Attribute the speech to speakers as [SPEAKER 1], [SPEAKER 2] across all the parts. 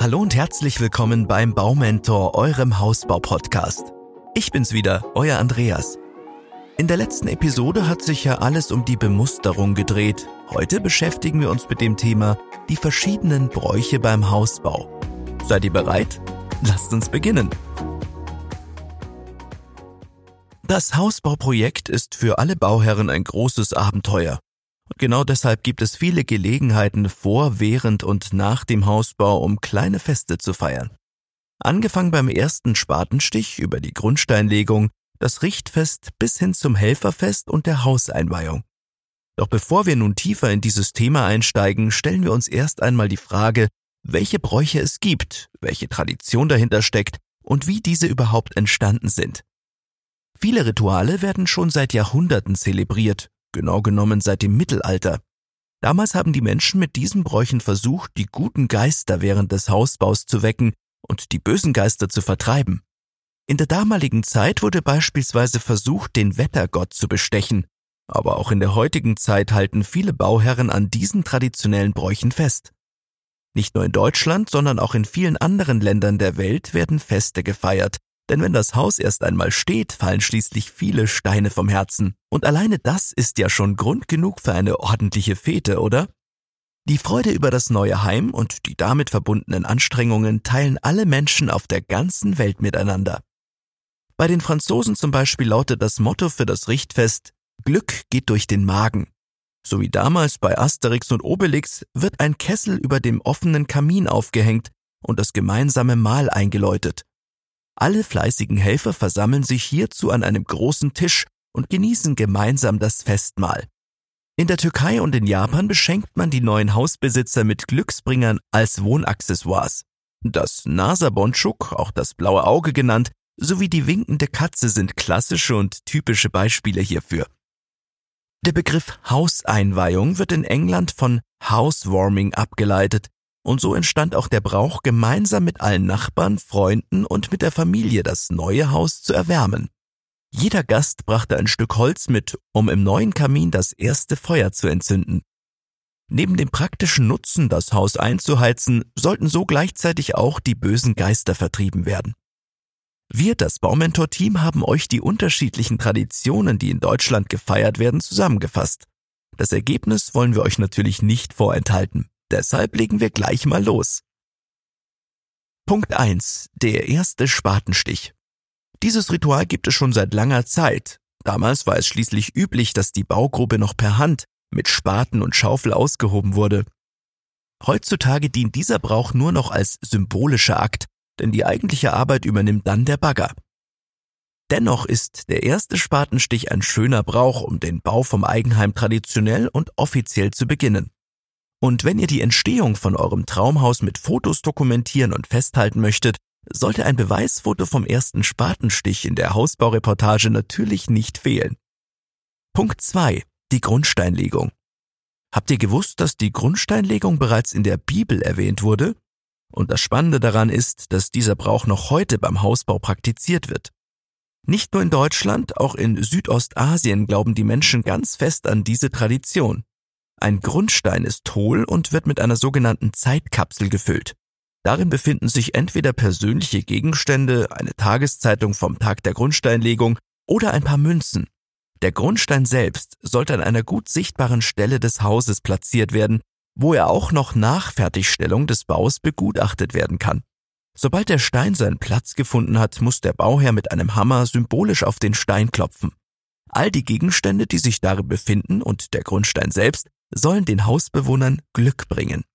[SPEAKER 1] Hallo und herzlich willkommen beim Baumentor, eurem Hausbau-Podcast. Ich bin's wieder, euer Andreas. In der letzten Episode hat sich ja alles um die Bemusterung gedreht. Heute beschäftigen wir uns mit dem Thema die verschiedenen Bräuche beim Hausbau. Seid ihr bereit? Lasst uns beginnen. Das Hausbauprojekt ist für alle Bauherren ein großes Abenteuer. Und genau deshalb gibt es viele Gelegenheiten vor, während und nach dem Hausbau, um kleine Feste zu feiern. Angefangen beim ersten Spatenstich über die Grundsteinlegung, das Richtfest bis hin zum Helferfest und der Hauseinweihung. Doch bevor wir nun tiefer in dieses Thema einsteigen, stellen wir uns erst einmal die Frage, welche Bräuche es gibt, welche Tradition dahinter steckt und wie diese überhaupt entstanden sind. Viele Rituale werden schon seit Jahrhunderten zelebriert, genau genommen seit dem Mittelalter. Damals haben die Menschen mit diesen Bräuchen versucht, die guten Geister während des Hausbaus zu wecken und die bösen Geister zu vertreiben. In der damaligen Zeit wurde beispielsweise versucht, den Wettergott zu bestechen, aber auch in der heutigen Zeit halten viele Bauherren an diesen traditionellen Bräuchen fest. Nicht nur in Deutschland, sondern auch in vielen anderen Ländern der Welt werden Feste gefeiert, denn wenn das Haus erst einmal steht, fallen schließlich viele Steine vom Herzen. Und alleine das ist ja schon Grund genug für eine ordentliche Fete, oder? Die Freude über das neue Heim und die damit verbundenen Anstrengungen teilen alle Menschen auf der ganzen Welt miteinander. Bei den Franzosen zum Beispiel lautet das Motto für das Richtfest: Glück geht durch den Magen. So wie damals bei Asterix und Obelix wird ein Kessel über dem offenen Kamin aufgehängt und das gemeinsame Mahl eingeläutet. Alle fleißigen Helfer versammeln sich hierzu an einem großen Tisch und genießen gemeinsam das Festmahl. In der Türkei und in Japan beschenkt man die neuen Hausbesitzer mit Glücksbringern als Wohnaccessoires. Das Nasabonchuk, auch das blaue Auge genannt, sowie die winkende Katze sind klassische und typische Beispiele hierfür. Der Begriff Hauseinweihung wird in England von Housewarming abgeleitet. Und so entstand auch der Brauch, gemeinsam mit allen Nachbarn, Freunden und mit der Familie das neue Haus zu erwärmen. Jeder Gast brachte ein Stück Holz mit, um im neuen Kamin das erste Feuer zu entzünden. Neben dem praktischen Nutzen, das Haus einzuheizen, sollten so gleichzeitig auch die bösen Geister vertrieben werden. Wir, das Baumentor-Team, haben euch die unterschiedlichen Traditionen, die in Deutschland gefeiert werden, zusammengefasst. Das Ergebnis wollen wir euch natürlich nicht vorenthalten. Deshalb legen wir gleich mal los. Punkt 1. Der erste Spatenstich. Dieses Ritual gibt es schon seit langer Zeit. Damals war es schließlich üblich, dass die Baugrube noch per Hand mit Spaten und Schaufel ausgehoben wurde. Heutzutage dient dieser Brauch nur noch als symbolischer Akt, denn die eigentliche Arbeit übernimmt dann der Bagger. Dennoch ist der erste Spatenstich ein schöner Brauch, um den Bau vom Eigenheim traditionell und offiziell zu beginnen. Und wenn ihr die Entstehung von eurem Traumhaus mit Fotos dokumentieren und festhalten möchtet, sollte ein Beweisfoto vom ersten Spatenstich in der Hausbaureportage natürlich nicht fehlen. Punkt 2. Die Grundsteinlegung. Habt ihr gewusst, dass die Grundsteinlegung bereits in der Bibel erwähnt wurde? Und das Spannende daran ist, dass dieser Brauch noch heute beim Hausbau praktiziert wird. Nicht nur in Deutschland, auch in Südostasien glauben die Menschen ganz fest an diese Tradition. Ein Grundstein ist hohl und wird mit einer sogenannten Zeitkapsel gefüllt. Darin befinden sich entweder persönliche Gegenstände, eine Tageszeitung vom Tag der Grundsteinlegung oder ein paar Münzen. Der Grundstein selbst sollte an einer gut sichtbaren Stelle des Hauses platziert werden, wo er auch noch nach Fertigstellung des Baus begutachtet werden kann. Sobald der Stein seinen Platz gefunden hat, muss der Bauherr mit einem Hammer symbolisch auf den Stein klopfen. All die Gegenstände, die sich darin befinden und der Grundstein selbst, sollen den Hausbewohnern Glück bringen.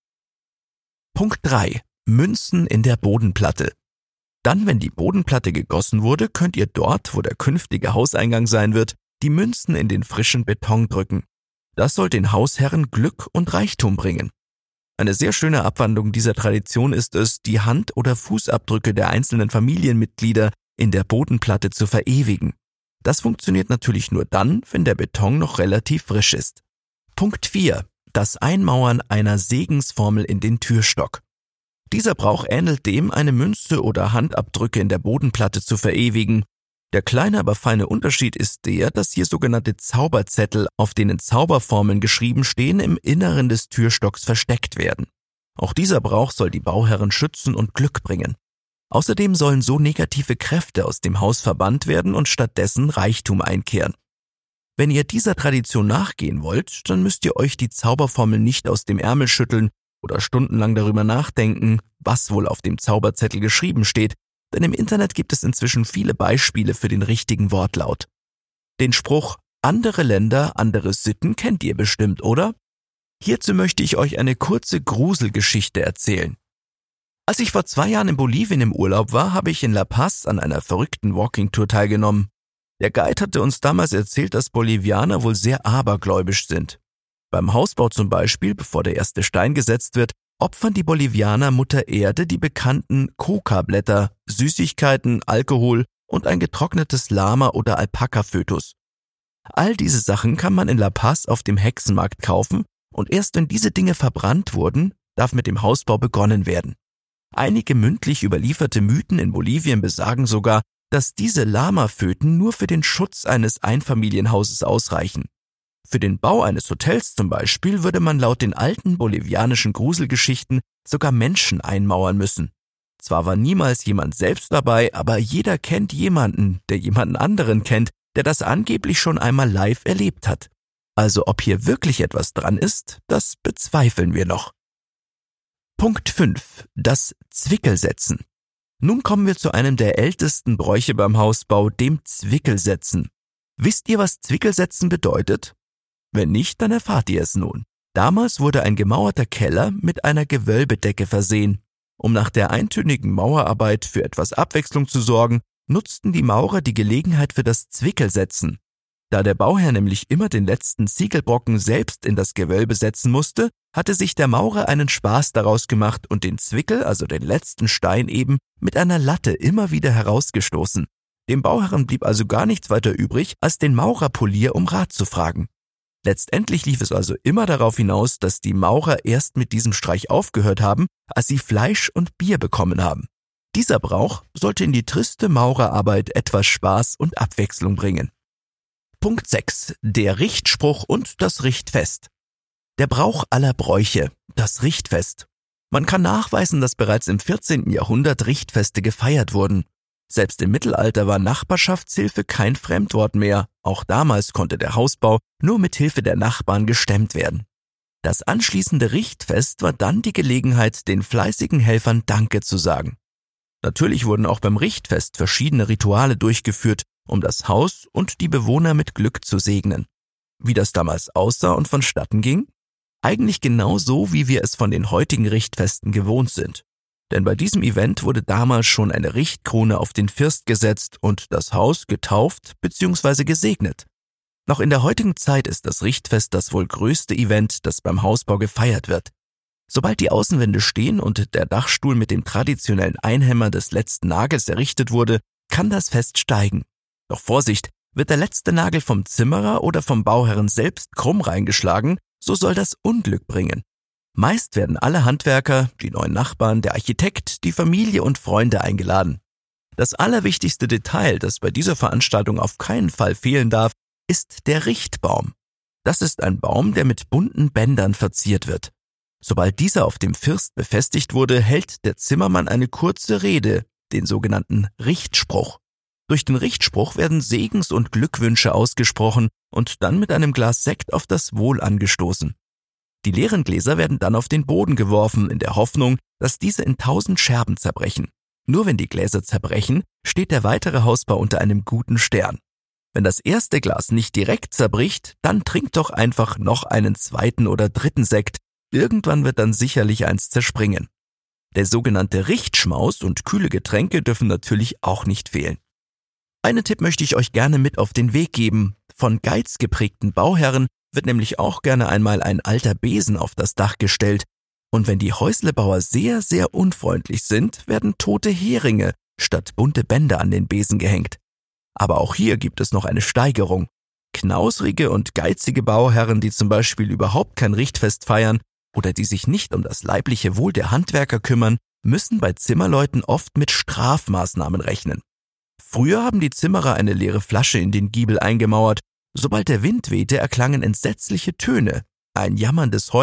[SPEAKER 1] Punkt 3. Münzen in der Bodenplatte. Dann, wenn die Bodenplatte gegossen wurde, könnt ihr dort, wo der künftige Hauseingang sein wird, die Münzen in den frischen Beton drücken. Das soll den Hausherren Glück und Reichtum bringen. Eine sehr schöne Abwandlung dieser Tradition ist es, die Hand- oder Fußabdrücke der einzelnen Familienmitglieder in der Bodenplatte zu verewigen. Das funktioniert natürlich nur dann, wenn der Beton noch relativ frisch ist. Punkt 4. Das Einmauern einer Segensformel in den Türstock. Dieser Brauch ähnelt dem, eine Münze oder Handabdrücke in der Bodenplatte zu verewigen. Der kleine, aber feine Unterschied ist der, dass hier sogenannte Zauberzettel, auf denen Zauberformeln geschrieben stehen, im Inneren des Türstocks versteckt werden. Auch dieser Brauch soll die Bauherren schützen und Glück bringen. Außerdem sollen so negative Kräfte aus dem Haus verbannt werden und stattdessen Reichtum einkehren. Wenn ihr dieser Tradition nachgehen wollt, dann müsst ihr euch die Zauberformel nicht aus dem Ärmel schütteln oder stundenlang darüber nachdenken, was wohl auf dem Zauberzettel geschrieben steht, denn im Internet gibt es inzwischen viele Beispiele für den richtigen Wortlaut. Den Spruch „Andere Länder, andere Sitten" kennt ihr bestimmt, oder? Hierzu möchte ich euch eine kurze Gruselgeschichte erzählen. Als ich vor 2 Jahren in Bolivien im Urlaub war, habe ich in La Paz an einer verrückten Walking-Tour teilgenommen. Der Guide hatte uns damals erzählt, dass Bolivianer wohl sehr abergläubisch sind. Beim Hausbau zum Beispiel, bevor der erste Stein gesetzt wird, opfern die Bolivianer Mutter Erde die bekannten Coca-Blätter, Süßigkeiten, Alkohol und ein getrocknetes Lama- oder Alpaka-Fötus. All diese Sachen kann man in La Paz auf dem Hexenmarkt kaufen und erst wenn diese Dinge verbrannt wurden, darf mit dem Hausbau begonnen werden. Einige mündlich überlieferte Mythen in Bolivien besagen sogar, dass diese Lamaföten nur für den Schutz eines Einfamilienhauses ausreichen. Für den Bau eines Hotels zum Beispiel würde man laut den alten bolivianischen Gruselgeschichten sogar Menschen einmauern müssen. Zwar war niemals jemand selbst dabei, aber jeder kennt jemanden, der jemanden anderen kennt, der das angeblich schon einmal live erlebt hat. Also ob hier wirklich etwas dran ist, das bezweifeln wir noch. Punkt 5. Das Zwickelsetzen. Nun kommen wir zu einem der ältesten Bräuche beim Hausbau, dem Zwickelsetzen. Wisst ihr, was Zwickelsetzen bedeutet? Wenn nicht, dann erfahrt ihr es nun. Damals wurde ein gemauerter Keller mit einer Gewölbedecke versehen. Um nach der eintönigen Mauerarbeit für etwas Abwechslung zu sorgen, nutzten die Maurer die Gelegenheit für das Zwickelsetzen. Da der Bauherr nämlich immer den letzten Ziegelbrocken selbst in das Gewölbe setzen musste, hatte sich der Maurer einen Spaß daraus gemacht und den Zwickel, also den letzten Stein eben, mit einer Latte immer wieder herausgestoßen. Dem Bauherrn blieb also gar nichts weiter übrig, als den Maurerpolier um Rat zu fragen. Letztendlich lief es also immer darauf hinaus, dass die Maurer erst mit diesem Streich aufgehört haben, als sie Fleisch und Bier bekommen haben. Dieser Brauch sollte in die triste Maurerarbeit etwas Spaß und Abwechslung bringen. Punkt 6. Der Richtspruch und das Richtfest. Der Brauch aller Bräuche, das Richtfest. Man kann nachweisen, dass bereits im 14. Jahrhundert Richtfeste gefeiert wurden. Selbst im Mittelalter war Nachbarschaftshilfe kein Fremdwort mehr. Auch damals konnte der Hausbau nur mit Hilfe der Nachbarn gestemmt werden. Das anschließende Richtfest war dann die Gelegenheit, den fleißigen Helfern Danke zu sagen. Natürlich wurden auch beim Richtfest verschiedene Rituale durchgeführt, um das Haus und die Bewohner mit Glück zu segnen. Wie das damals aussah und vonstatten ging? Eigentlich genau so, wie wir es von den heutigen Richtfesten gewohnt sind. Denn bei diesem Event wurde damals schon eine Richtkrone auf den First gesetzt und das Haus getauft bzw. gesegnet. Noch in der heutigen Zeit ist das Richtfest das wohl größte Event, das beim Hausbau gefeiert wird. Sobald die Außenwände stehen und der Dachstuhl mit dem traditionellen Einhämmer des letzten Nagels errichtet wurde, kann das Fest steigen. Doch Vorsicht, wird der letzte Nagel vom Zimmerer oder vom Bauherren selbst krumm reingeschlagen, so soll das Unglück bringen. Meist werden alle Handwerker, die neuen Nachbarn, der Architekt, die Familie und Freunde eingeladen. Das allerwichtigste Detail, das bei dieser Veranstaltung auf keinen Fall fehlen darf, ist der Richtbaum. Das ist ein Baum, der mit bunten Bändern verziert wird. Sobald dieser auf dem First befestigt wurde, hält der Zimmermann eine kurze Rede, den sogenannten Richtspruch. Durch den Richtspruch werden Segens- und Glückwünsche ausgesprochen und dann mit einem Glas Sekt auf das Wohl angestoßen. Die leeren Gläser werden dann auf den Boden geworfen, in der Hoffnung, dass diese in 1000 Scherben zerbrechen. Nur wenn die Gläser zerbrechen, steht der weitere Hausbau unter einem guten Stern. Wenn das erste Glas nicht direkt zerbricht, dann trinkt doch einfach noch einen zweiten oder dritten Sekt. Irgendwann wird dann sicherlich eins zerspringen. Der sogenannte Richtschmaus und kühle Getränke dürfen natürlich auch nicht fehlen. Einen Tipp möchte ich euch gerne mit auf den Weg geben. Von Geiz geprägten Bauherren wird nämlich auch gerne einmal ein alter Besen auf das Dach gestellt. Und wenn die Häuslebauer sehr, sehr unfreundlich sind, werden tote Heringe statt bunte Bänder an den Besen gehängt. Aber auch hier gibt es noch eine Steigerung. Knausrige und geizige Bauherren, die zum Beispiel überhaupt kein Richtfest feiern oder die sich nicht um das leibliche Wohl der Handwerker kümmern, müssen bei Zimmerleuten oft mit Strafmaßnahmen rechnen. Früher haben die Zimmerer eine leere Flasche in den Giebel eingemauert. Sobald der Wind wehte, erklangen entsetzliche Töne, ein jammerndes Heulen,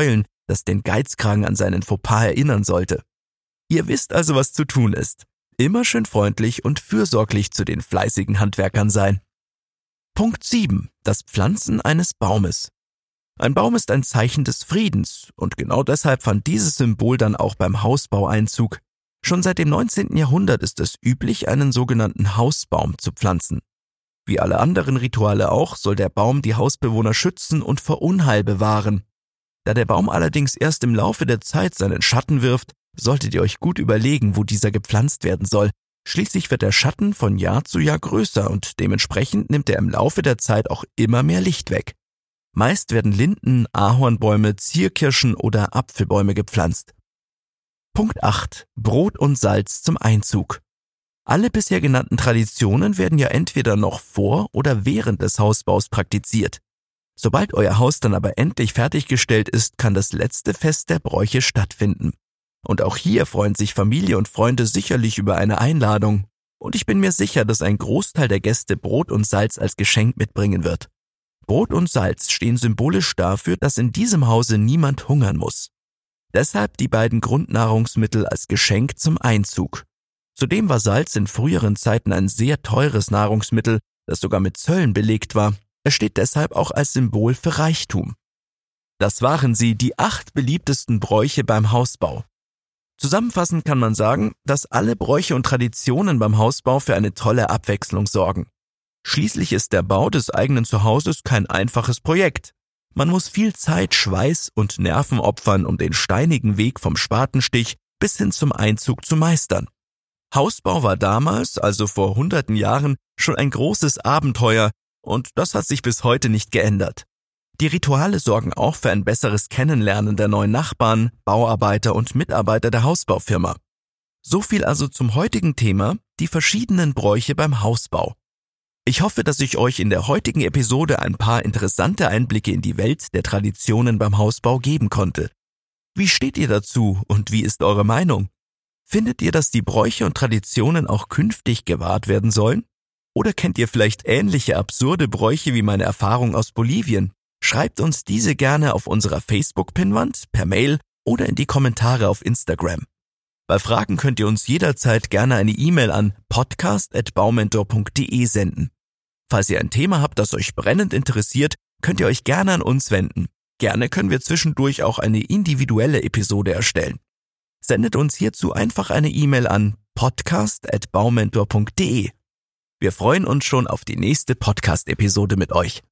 [SPEAKER 1] das den Geizkragen an seinen Fauxpas erinnern sollte. Ihr wisst also, was zu tun ist. Immer schön freundlich und fürsorglich zu den fleißigen Handwerkern sein. Punkt 7. Das Pflanzen eines Baumes. Ein Baum ist ein Zeichen des Friedens und genau deshalb fand dieses Symbol dann auch beim Hausbau Einzug. Schon seit dem 19. Jahrhundert ist es üblich, einen sogenannten Hausbaum zu pflanzen. Wie alle anderen Rituale auch, soll der Baum die Hausbewohner schützen und vor Unheil bewahren. Da der Baum allerdings erst im Laufe der Zeit seinen Schatten wirft, solltet ihr euch gut überlegen, wo dieser gepflanzt werden soll. Schließlich wird der Schatten von Jahr zu Jahr größer und dementsprechend nimmt er im Laufe der Zeit auch immer mehr Licht weg. Meist werden Linden, Ahornbäume, Zierkirschen oder Apfelbäume gepflanzt. Punkt 8. Brot und Salz zum Einzug. Alle bisher genannten Traditionen werden ja entweder noch vor oder während des Hausbaus praktiziert. Sobald euer Haus dann aber endlich fertiggestellt ist, kann das letzte Fest der Bräuche stattfinden. Und auch hier freuen sich Familie und Freunde sicherlich über eine Einladung. Und ich bin mir sicher, dass ein Großteil der Gäste Brot und Salz als Geschenk mitbringen wird. Brot und Salz stehen symbolisch dafür, dass in diesem Hause niemand hungern muss. Deshalb die beiden Grundnahrungsmittel als Geschenk zum Einzug. Zudem war Salz in früheren Zeiten ein sehr teures Nahrungsmittel, das sogar mit Zöllen belegt war. Es steht deshalb auch als Symbol für Reichtum. Das waren sie, die 8 beliebtesten Bräuche beim Hausbau. Zusammenfassend kann man sagen, dass alle Bräuche und Traditionen beim Hausbau für eine tolle Abwechslung sorgen. Schließlich ist der Bau des eigenen Zuhauses kein einfaches Projekt. Man muss viel Zeit, Schweiß und Nerven opfern, um den steinigen Weg vom Spatenstich bis hin zum Einzug zu meistern. Hausbau war damals, also vor hunderten Jahren, schon ein großes Abenteuer und das hat sich bis heute nicht geändert. Die Rituale sorgen auch für ein besseres Kennenlernen der neuen Nachbarn, Bauarbeiter und Mitarbeiter der Hausbaufirma. So viel also zum heutigen Thema, die verschiedenen Bräuche beim Hausbau. Ich hoffe, dass ich euch in der heutigen Episode ein paar interessante Einblicke in die Welt der Traditionen beim Hausbau geben konnte. Wie steht ihr dazu und wie ist eure Meinung? Findet ihr, dass die Bräuche und Traditionen auch künftig gewahrt werden sollen? Oder kennt ihr vielleicht ähnliche absurde Bräuche wie meine Erfahrung aus Bolivien? Schreibt uns diese gerne auf unserer Facebook-Pinnwand, per Mail oder in die Kommentare auf Instagram. Bei Fragen könnt ihr uns jederzeit gerne eine E-Mail an podcast@baumentor.de senden. Falls ihr ein Thema habt, das euch brennend interessiert, könnt ihr euch gerne an uns wenden. Gerne können wir zwischendurch auch eine individuelle Episode erstellen. Sendet uns hierzu einfach eine E-Mail an podcast@baumentor.de. Wir freuen uns schon auf die nächste Podcast-Episode mit euch.